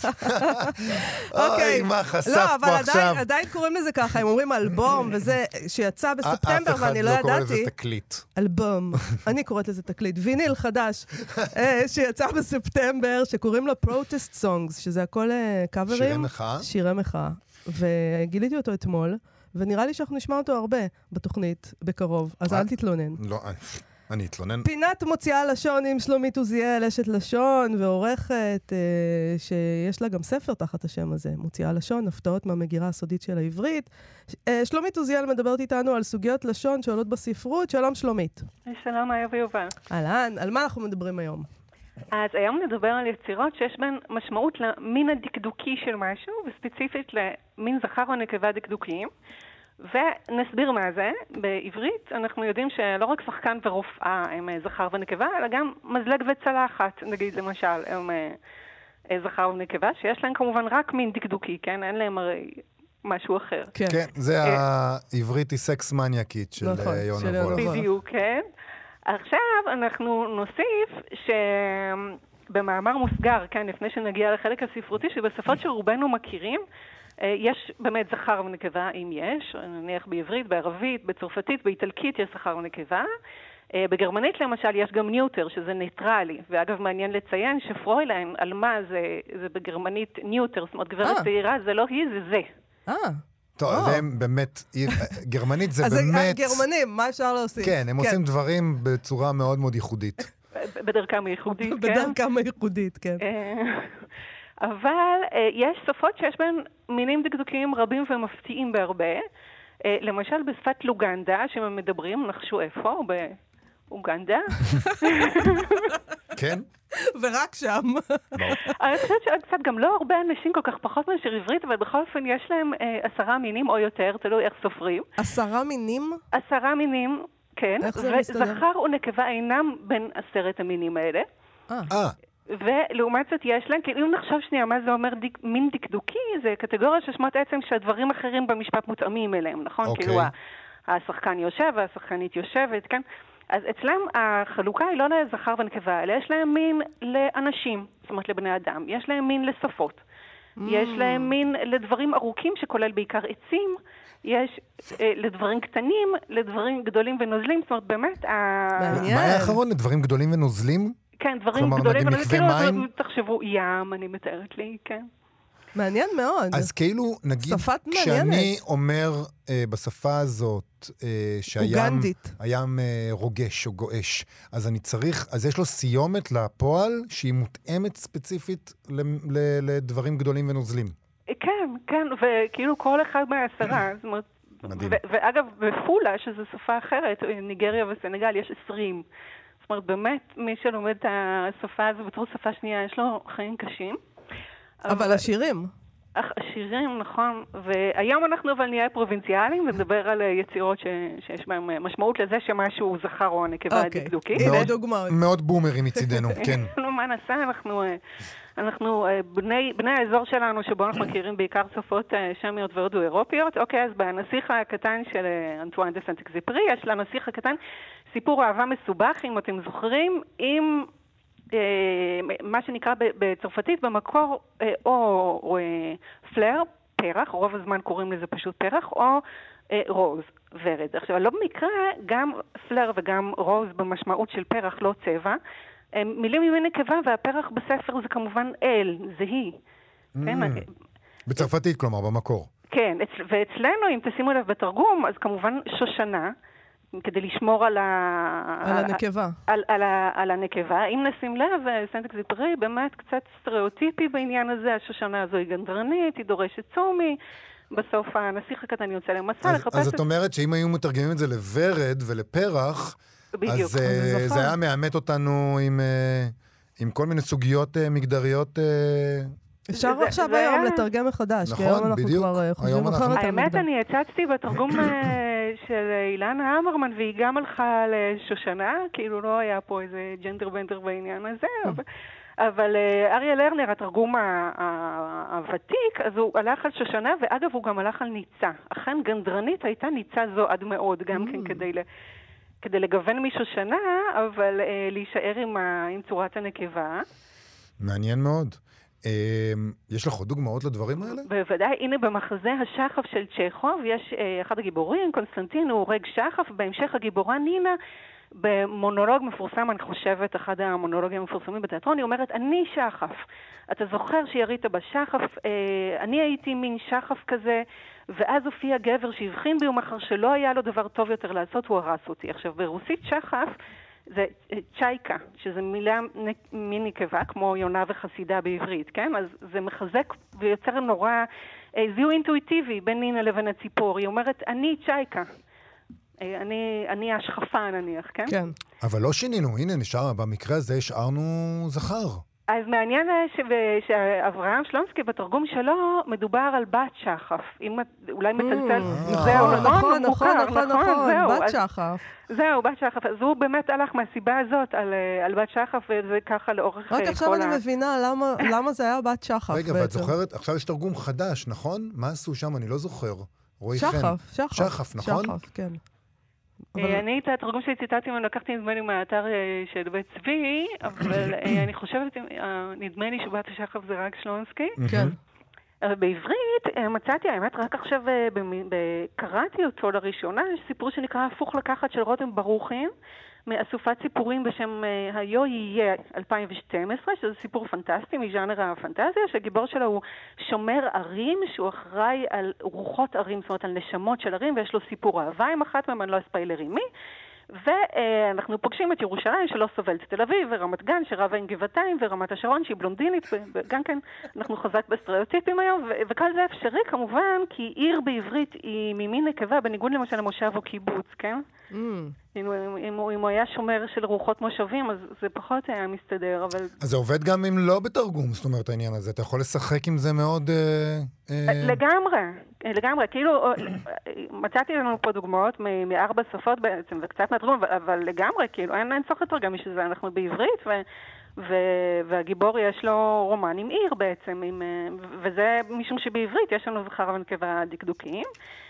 C: אוי, מה חשף
B: לא,
C: פה
B: אבל
C: עכשיו.
B: עדיין, עדיין קוראים לזה ככה, הם אומרים אלבום, וזה שיצא בספטמבר, ואני לא ידעתי.
C: אף אחד לא קורא לזה תקליט.
B: אלבום. אני קוראת לזה תקליט. ויניל חדש, שיצא בספטמבר, שקוראים לו Protest Songs, שזה הכל קאברים.
C: שירי מחאה.
B: שירי מחאה. וגיליתי אותו אתמול. ונראה לי שאנחנו נשמע אותו הרבה בתוכנית, בקרוב. אז אל תתלונן.
C: לא, אני אתלונן.
B: פינת מוציאה לשון עם שלומית עוזיאל, אשת לשון ועורכת, אה, שיש לה גם ספר תחת השם הזה, מוציאה לשון, הפתעות מהמגירה הסודית של העברית. אה, שלומית עוזיאל מדברת איתנו על סוגיות לשון שעולות בספרות. שלום שלומית.
F: שלום, מאיה ויובל.
B: אהלן, על מה אנחנו מדברים היום?
F: אז היום נדבר על יצירות שיש בהן משמעות למין הדקדוקי של משהו, וספציפית למין זכר או נקבה דקדוקיים. ונסביר מה זה. בעברית אנחנו יודעים שלא רק שחקן ורופאה הם זכר ונקבה, אלא גם מזלג וצלחת, נגיד למשל, הם זכר ונקבה, שיש להם כמובן רק מין דקדוקי, כן? אין להם הרי משהו אחר.
C: כן, כן, זה העברית היא סקס מניאקית של יונה וולך.
F: בדיוק, כן. עכשיו אנחנו נוסיף שבמאמר מוסגר, כן, לפני שנגיע לחלק הספרותי, שבשפות שרובנו מכירים, יש באמת זכר ונקבה, אם יש, נניח בעברית, בערבית, בצרפתית, באיטלקית יש זכר ונקבה. בגרמנית למשל יש גם ניוטר, שזה ניטרלי, ואגב מעניין לציין שפרוילן, על מה זה, זה בגרמנית ניוטר, זאת אומרת גברת צעירה, זה לא היא, זה זה.
B: אה.
C: טוב, והם באמת, גרמנית זה באמת...
B: אז גרמנים, מה אפשר להוסיף?
C: כן, הם עושים דברים בצורה מאוד מאוד ייחודית.
F: בדרכם הייחודית, כן.
B: בדרכם הייחודית, כן.
F: אבל יש שפות שיש בהן מינים דקדוקיים רבים ומפתיעים בהרבה. למשל בשפת לוגנדה, שהם מדברים, נחשו איפה? באוגנדה.
C: כן?
B: ורק שם.
F: אני חושבת שעוד קצת גם לא הרבה אנשים כל כך פחות מאשר עברית, אבל בכל אופן יש להם עשרה מינים או יותר, תלוי איך סופרים.
B: עשרה מינים?
F: עשרה מינים, כן. וזכר ונקבה אינם בין עשרת המינים האלה.
C: אה.
F: ולעומת זאת יש להם, כי אם נחשוב שנייה מה זה אומר דיק, מין דקדוקי, זה קטגוריה ששמות עצם שהדברים אחרים במשפט מותאמים אליהם, נכון?
C: אוקיי. כאילו
F: השחקן יושב והשחקנית יושבת, כן? אז אצלם החלוקה היא לא לזכר ונקבה, אלא יש להם מין לאנשים, זאת אומרת לבני אדם, יש להם מין לשפות. יש להם מין לדברים ארוכים שכולל בעיקר עצים, יש אה, לדברים קטנים, לדברים גדולים ונוזלים, זאת אומרת באמת...
B: מעניין.
C: מה היה האחרון? לדברים גדולים ונוזלים?
F: כן, דברים
C: כלומר,
F: גדולים
C: נגיד
F: ונוזלים,
C: מקווה
F: כאילו,
C: מים?
F: תחשבו, ים, אני מתארת לי, כן.
B: מעניין מאוד.
C: אז כאילו, נגיד,
B: שפת
C: כשאני
B: מעניינת.
C: אומר אה, בשפה הזאת אה, שהים
B: אוגנדית.
C: הים, אה, רוגש או גועש, אז אני צריך, אז יש לו סיומת לפועל שהיא מותאמת ספציפית ל, ל, לדברים גדולים ונוזלים.
F: כן, כן, וכאילו כל אחד מהעשרה, זאת אומרת,
C: מדהים.
F: ו- ואגב, בפולה, שזו שפה אחרת, ניגריה וסנגל, יש עשרים. זאת אומרת, באמת, מי שלומד את השפה הזו בתור שפה שנייה, יש לו חיים קשים.
B: אבל השירים.
F: אך, השירים, נכון. והיום אנחנו אבל נהיה פרובינציאליים, ונדבר על יצירות ש- שיש בהם משמעות לזה שמשהו זכר או נקבה
B: אוקיי.
F: דקדוקית.
B: הנה
C: מאוד-
B: דוגמאות.
C: מאוד בומרים מצידנו, כן.
F: נו, מה נעשה? אנחנו, אה, אנחנו אה, בני, בני האזור שלנו, שבו אנחנו מכירים בעיקר שפות אה, שמיות והודו אירופיות. אוקיי, אז בנסיך הקטן של אה, אנטואן דה סנט-אקזופרי, יש לנסיך הקטן סיפור אהבה מסובך, אם אתם זוכרים, עם אה, מה שנקרא ב- בצרפתית במקור, אה, או, או אה, פלר, פרח, רוב הזמן קוראים לזה פשוט פרח, או אה, רוז, ורד. עכשיו, לא במקרה, גם פלר וגם רוז במשמעות של פרח, לא צבע, הם מילים ממין נקבה, והפרח בספר זה כמובן אל, זה היא. כן,
C: בצרפתית, כלומר, במקור.
F: כן, אצ- ואצלנו, אם תשימו לב בתרגום, אז כמובן שושנה, כדי לשמור על, ה...
B: על הנקבה.
F: על, על, ה... על הנקבה. אם נשים לב, סנט-אקזופרי באמת קצת סטריאוטיפי בעניין הזה, השושנה הזו היא גנדרנית, היא דורשת צומי, בסוף הנסיך הקטן יוצא למסע
C: אז,
F: לחפש
C: אז
F: את...
C: את אומרת שאם היו מתרגמים את זה לוורד ולפרח,
F: בדיוק.
C: אז אה,
B: זה זכר.
C: זה היה מאמת אותנו עם, אה, עם כל מיני סוגיות אה, מגדריות. אה,
B: אפשר
F: זה-
B: עכשיו
F: זה
B: היום
F: היה-
B: לתרגם מחדש, כי
C: נכון,
B: היום אנחנו
C: בדיוק.
B: כבר אה, חושבים
C: היום אנחנו-
B: אחרת על
F: האמת,
B: מגדר.
F: אני הצצתי בתרגום אה, של אילנה המרמן, והיא גם הלכה לשושנה, כאילו לא היה פה איזה ג'נדר בנדר בעניין הזה, אבל- אבל אה, אריה לרנר, התרגום ה- ה- הוותיק, אז הוא הלך על שושנה, ואגב הוא גם הלך על ניצה. אכן גנדרנית הייתה ניצה זו עד מאוד, גם כן כדי ל... כדי לגוון משושנה, אבל אה, להישאר עם, ה... עם צורת הנקבה.
C: מעניין מאוד. אה, יש לך עוד דוגמאות לדברים האלה?
F: בוודאי, הנה במחזה השחף של צ'כוב, יש אה, אחד הגיבורים, קונסטנטין, הוא הורג שחף, בהמשך הגיבורה נינה, במונולוג מפורסם, אני חושבת, אחד המונולוגים המפורסמים בתיאטרון, היא אומרת, אני שחף. אתה זוכר שירית בשחף, אה, אני הייתי מין שחף כזה, ואז הופיע גבר שהבחין בי ומחר שלא היה לו דבר טוב יותר לעשות, הוא הרס אותי. עכשיו, ברוסית שחף זה צ'ייקה, שזה מילה מין נקבה, כמו יונה וחסידה בעברית, כן? אז זה מחזק ויוצר נורא אה, זיהוי אינטואיטיבי בין נינה לבין הציפור. היא אומרת, אני צ'ייקה. אה, אני, אני השחפה נניח, כן?
B: כן.
C: אבל לא שינינו, הנה נשאר, במקרה הזה השארנו זכר.
F: אז מעניין ש... שאברהם שלונסקי בתרגום שלו מדובר על בת שחף. אם את אולי מצלצל...
B: נכון,
F: זהו,
B: נכון, נכון,
F: מוכר,
B: נכון, נכון,
F: זהו.
B: בת
F: אז-
B: שחף.
F: זהו, בת שחף. אז הוא באמת הלך מהסיבה הזאת על, אה, על בת שחף, וזה ככה לאורך
B: רק
F: אה,
B: עכשיו
F: כל
B: אני
F: ה...
B: מבינה למה- למה זה היה בת שחף
C: רגע, ואת
B: בעצם.
C: זוכרת, עכשיו יש תרגום חדש, נכון? מה עשו שם? אני לא זוכר. רועי חן.
B: שחף, שחף.
C: שחף, נכון?
B: שחף, כן.
F: אה,
B: אבל-
F: אני את התרגום שלי ציטטתי, אני לקחתי נדמה לי מהאתר אה, של בית צבי, אבל אה, אני חושבת, אה, נדמה לי שבת השחף זה רק שלונסקי.
B: כן.
F: אבל בעברית אה, מצאתי, האמת, רק עכשיו אה, במ- ב- קראתי אותו לראשונה, יש סיפור שנקרא הפוך לקחת של רותם ברוכין, מאסופת סיפורים בשם אה, היו יהיה אלפיים ושתים עשרה, שזה סיפור פנטסטי מז'אנר הפנטזיה, שהגיבור שלו הוא שומר ערים, שהוא אחראי על רוחות ערים, זאת אומרת על נשמות של ערים, ויש לו סיפור אהבה עם אחת מהם, אני לא אספיילר עם מי. ואנחנו פוגשים את ירושלים שלא סובלת תל אביב, ורמת גן שרבה עם גבעתיים, ורמת השרון שהיא בלונדינית, וגם כן אנחנו חזק בסטריאוטיפים היום, ו- וכל זה אפשרי כמובן, כי עיר בעברית היא ממין נקבה, בניגוד למשל למושב או קיבוץ, כן?
B: Mm.
F: אם, הוא- אם, הוא- אם הוא היה שומר של רוחות מושבים, אז זה פחות היה מסתדר, אבל...
C: אז זה עובד גם אם לא בתרגום, זאת אומרת העניין הזה. אתה יכול לשחק עם זה מאוד... אה, אה,
F: לגמרי, לגמרי. כאילו, מצאתי לנו פה דוגמאות מ- מארבע שפות בעצם, וקצת מהתרגום, אבל- אבל לגמרי, כאילו, אין, אין צורך לתרגם בשביל זה, אנחנו בעברית, ו, ו, והגיבור יש לו רומן עם עיר בעצם, עם, אה, וזה משום שבעברית יש לנו זכר ונקבה דקדוקיים.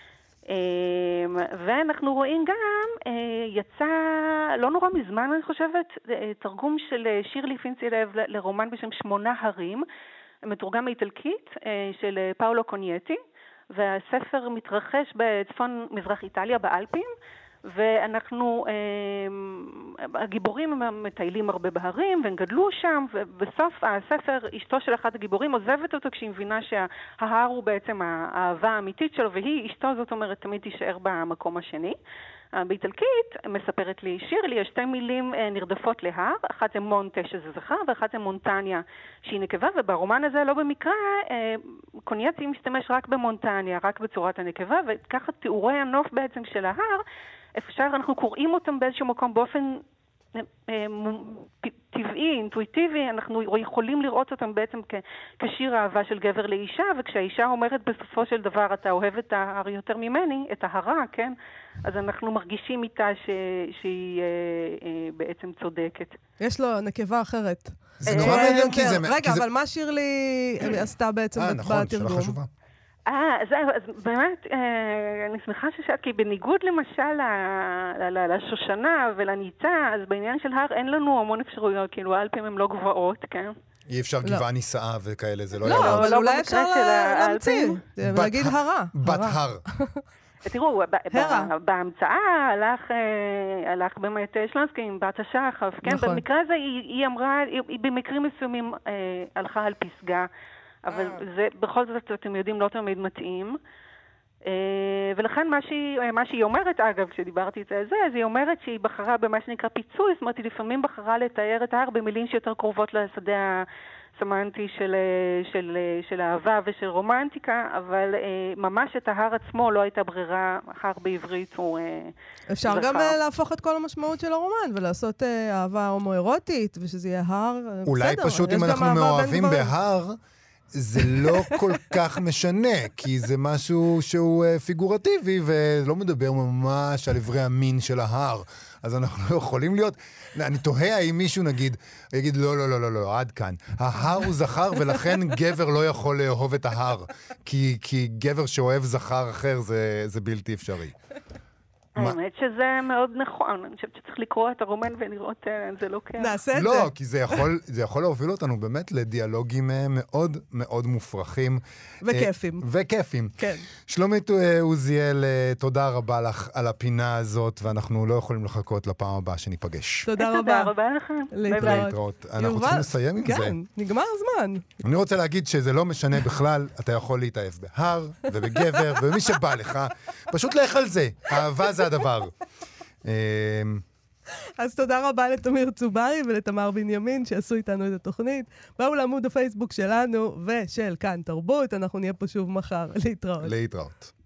F: אה, ואנחנו רואים גם, אה, יצא, לא נורא מזמן אני חושבת, אה, תרגום של אה, שירלי פינצי לב ל- לרומן בשם שמונה הרים, מתורגם מאיטלקית של פאולו קונייטי, והספר מתרחש בצפון מזרח איטליה באלפים, ואנחנו, הגיבורים מטיילים הרבה בהרים, והם גדלו שם, ובסוף הספר, אשתו של אחד הגיבורים עוזבת אותו כשהיא מבינה שההר הוא בעצם האהבה האמיתית שלו, והיא, אשתו זאת אומרת, תמיד תישאר במקום השני. באיטלקית מספרת לי, שירלי, יש שתי מילים נרדפות להר, אחת זה מונטה שזה זכר, ואחת זה מונטניה שהיא נקבה, וברומן הזה לא במקרה, קונייטי משתמש רק במונטניה, רק בצורת הנקבה, וככה תיאורי הנוף בעצם של ההר, אפשר, אנחנו קוראים אותם באיזשהו מקום באופן טבעי, אינטואיטיבי, אנחנו יכולים לראות אותם בעצם כשיר אהבה של גבר לאישה, וכשהאישה אומרת בסופו של דבר, אתה אוהב את ההר יותר ממני, את ההרה, כן? אז אנחנו מרגישים איתה ש... שהיא בעצם צודקת.
B: יש לו נקבה אחרת.
C: זה נורא מעניין כי זה...
B: רגע, אבל מה שירלי עשתה בעצם בתרגום?
C: אה, נכון, שאלה חשובה.
F: אה, זהו, אז באמת, אני שמחה ששאת, כי בניגוד למשל לשושנה ולניצה, אז בעניין של הר אין לנו המון אפשרויות, כאילו האלפים הם לא גבוהות, כן?
C: אי אפשר גבעה נישאה וכאלה, זה לא
B: יעלה. לא, אבל אולי אפשר להמציא, ולהגיד הרה.
C: בת הר.
F: תראו, בהמצאה הלך באמת שלנסקי עם בת השחף, כן? במקרה הזה היא אמרה, היא במקרים מסוימים הלכה על פסגה, אבל זה בכל זאת אתם יודעים לא תמיד מתאים. ולכן מה שהיא, מה שהיא אומרת, אגב, כשדיברתי את זה, אז היא אומרת שהיא בחרה במה שנקרא פיצוי, זאת אומרת, היא לפעמים בחרה לתאר את ההר במילים שיותר קרובות לשדה הסמנטי של, של, של אהבה ושל רומנטיקה, אבל ממש את ההר עצמו לא הייתה ברירה, ההר בעברית הוא
B: אפשר זכר. גם להפוך את כל המשמעות של הרומן ולעשות אהבה הומואירוטית, ושזה יהיה הר,
C: אולי
B: בסדר,
C: פשוט אם אנחנו מאוהבים בהר, זה לא כל כך משנה, כי זה משהו שהוא פיגורטיבי, ולא מדבר ממש על עברי המין של ההר. אז אנחנו לא יכולים להיות... אני תוהה אם מישהו נגיד, יגיד, לא, לא, לא, לא, לא, עד כאן. ההר הוא זכר, ולכן גבר לא יכול לאהוב את ההר. כי, כי גבר שאוהב זכר אחר, זה, זה בלתי אפשרי.
F: האמת שזה מאוד נכון, אני חושבת שצריך לקרוא את הרומן ולראות זה לא כן.
B: נעשה את זה.
C: לא, כי זה יכול, זה יכול להוביל אותנו באמת לדיאלוגים מאוד מאוד מופרכים.
B: וכיפים.
C: וכיפים.
B: כן.
C: שלומית עוזיאל, תודה רבה לך על הפינה הזאת, ואנחנו לא יכולים לחכות לפעם הבאה שניפגש.
B: תודה רבה.
F: תודה רבה לכם.
C: להתראות. אנחנו צריכים לסיים עם זה.
B: כן, נגמר הזמן.
C: אני רוצה להגיד שזה לא משנה בכלל, אתה יכול להתאהב בהר ובגבר ובמי שבא לך. פשוט לך על זה. אהבה זה הדבר.
B: אז תודה רבה לתמיר צוברי ולתמר בנימין שעשו איתנו את התוכנית. באו לעמוד הפייסבוק שלנו ושל כאן תרבות. אנחנו נהיה פה שוב מחר. להתראות.
C: להתראות.